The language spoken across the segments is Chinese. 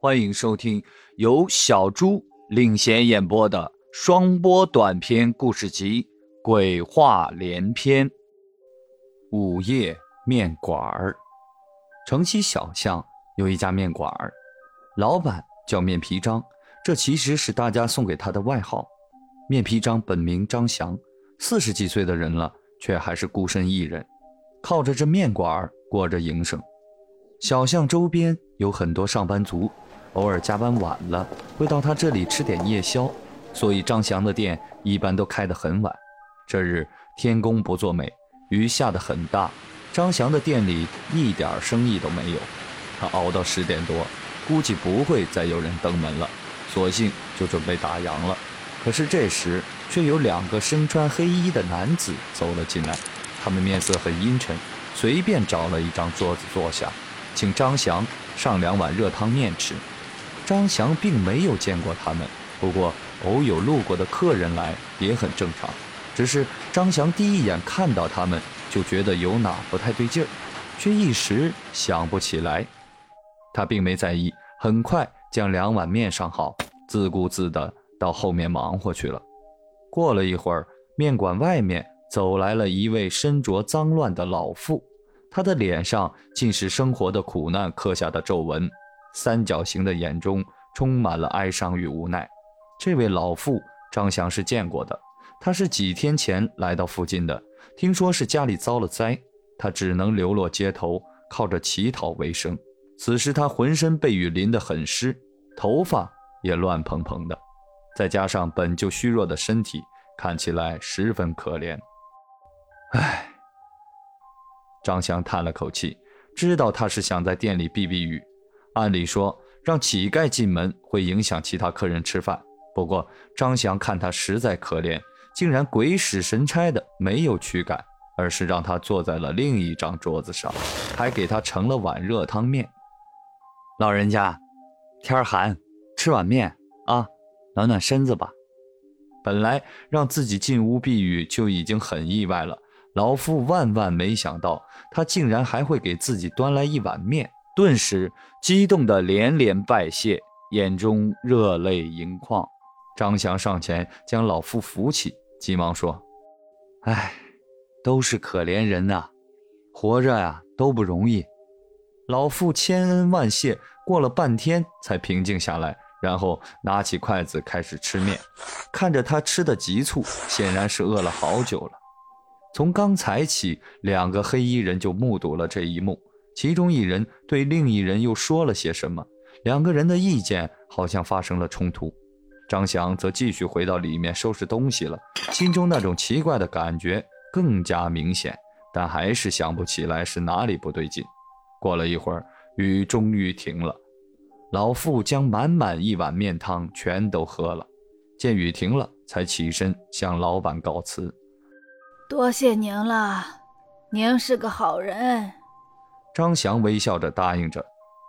欢迎收听由小猪领衔演播的双播短篇故事集《鬼话连篇》。午夜面馆儿，城西小巷有一家面馆儿，老板叫面皮张，这其实是大家送给他的外号。面皮张本名张祥，40几岁的人了，却还是孤身一人，靠着这面馆儿过着营生。小巷周边有很多上班族，偶尔加班晚了会到他这里吃点夜宵，所以张祥的店一般都开得很晚。这日天公不作美，雨下得很大，张祥的店里一点生意都没有。他熬到10点多，估计不会再有人登门了，索性就准备打烊了。可是这时却有2个身穿黑衣的男子走了进来，他们面色很阴沉，随便找了一张桌子坐下，请张祥上2碗热汤面吃。张祥并没有见过他们，不过偶有路过的客人来也很正常，只是张祥第一眼看到他们就觉得有哪不太对劲儿，却一时想不起来。他并没在意，很快将2碗面上好，自顾自地到后面忙活去了。过了一会儿，面馆外面走来了一位身着脏乱的老妇，他的脸上尽是生活的苦难刻下的皱纹，三角形的眼中充满了哀伤与无奈。这位老妇张祥是见过的，她是几天前来到附近的，听说是家里遭了灾，她只能流落街头，靠着乞讨为生。此时她浑身被雨淋得很湿，头发也乱蓬蓬的，再加上本就虚弱的身体，看起来十分可怜。唉，张祥叹了口气，知道他是想在店里避避雨。按理说让乞丐进门会影响其他客人吃饭，不过张祥看他实在可怜，竟然鬼使神差的没有驱赶，而是让他坐在了另一张桌子上，还给他盛了碗热汤面。老人家，天寒，吃碗面啊，暖暖身子吧。本来让自己进屋避雨就已经很意外了，老妇万万没想到他竟然还会给自己端来一碗面，顿时激动得连连拜谢，眼中热泪盈眶。张祥上前将老妇扶起，急忙说：唉，都是可怜人啊，活着呀都不容易。老妇千恩万谢，过了半天才平静下来，然后拿起筷子开始吃面。看着他吃得急促，显然是饿了好久了。从刚才起，2个黑衣人就目睹了这一幕，其中一人对另一人又说了些什么，2个人的意见好像发生了冲突。张祥则继续回到里面收拾东西了，心中那种奇怪的感觉更加明显，但还是想不起来是哪里不对劲。过了一会儿，雨终于停了，老妇将满满1碗面汤全都喝了，见雨停了，才起身向老板告辞。 多谢您了，您是个好人。 张祥微笑着答应着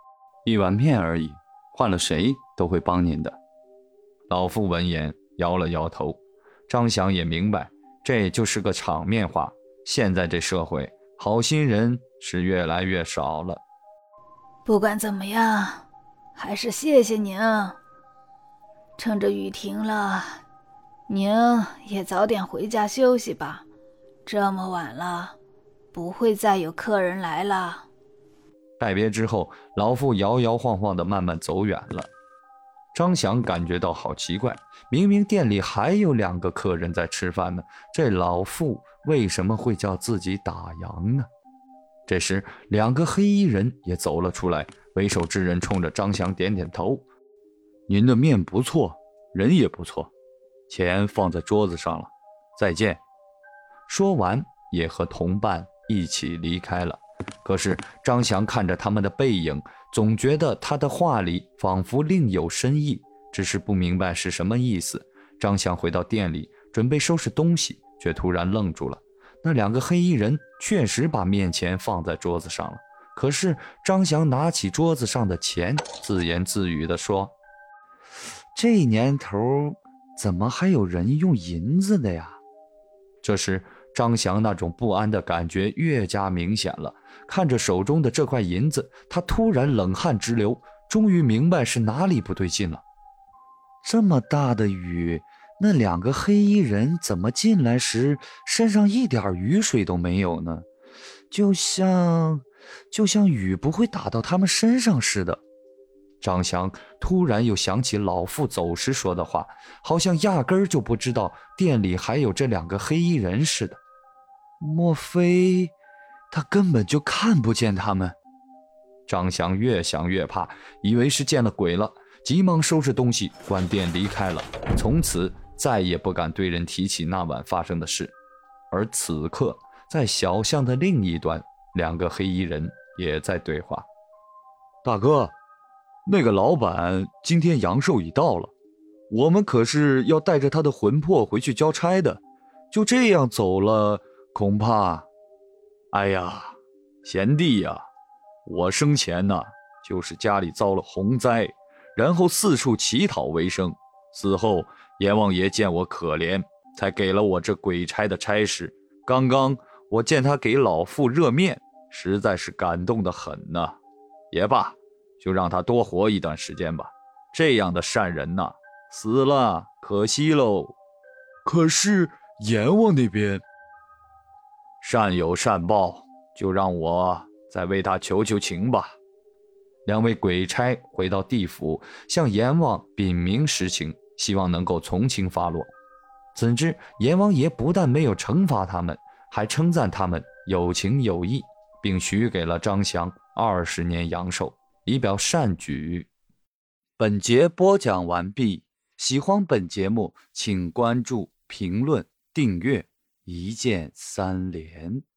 ，1碗面而已，换了谁都会帮您的。老妇闻言摇了摇头，张祥也明白，这就是个场面话，现在这社会好心人是越来越少了。 不管怎么样，还是谢谢您。趁着雨停了，您也早点回家休息吧，这么晚了，不会再有客人来了。 拜别之后，老妇摇摇晃晃地慢慢走远了。张祥感觉到好奇怪，明明店里还有2个客人在吃饭呢，这老妇为什么会叫自己打烊呢？这时2个黑衣人也走了出来，为首之人冲着张祥点点头：您的面不错，人也不错，钱放在桌子上了，再见。说完也和同伴一起离开了。可是张祥看着他们的背影，总觉得他的话里仿佛另有深意，只是不明白是什么意思。张祥回到店里准备收拾东西，却突然愣住了。那2个黑衣人确实把面钱放在桌子上了，可是张祥拿起桌子上的钱，自言自语地说：这年头怎么还有人用银子的呀？这时张祥那种不安的感觉越加明显了，看着手中的这块银子，他突然冷汗直流， 终于明白是哪里不对劲了。这么大的雨，那2个黑衣人怎么进来时身上一点雨水都没有呢？就像雨不会打到他们身上似的。张翔突然又想起老妇走时说的话，好像压根儿就不知道店里还有这2个黑衣人似的。莫非他根本就看不见他们？张翔越想越怕，以为是见了鬼了，急忙收拾东西关店离开了，从此再也不敢对人提起那晚发生的事。而此刻在小巷的另一端，2个黑衣人也在对话。大哥，那个老板今天阳寿已到了，我们可是要带着他的魂魄回去交差的，就这样走了，恐怕……哎呀，贤弟呀，我生前呢，就是家里遭了洪灾，然后四处乞讨为生，死后阎王爷见我可怜，才给了我这鬼差的差事。刚刚我见他给老妇热面，实在是感动得很呢。也罢，就让他多活一段时间吧，这样的善人呐，死了可惜喽。可是阎王那边……善有善报，就让我再为他求求情吧。2位鬼差回到地府，向阎王禀明实情，希望能够从轻发落。怎知阎王爷不但没有惩罚他们，还称赞他们有情有义，并许给了张翔20年阳寿，以表善举。本节播讲完毕，喜欢本节目请关注、评论、订阅，一键3连。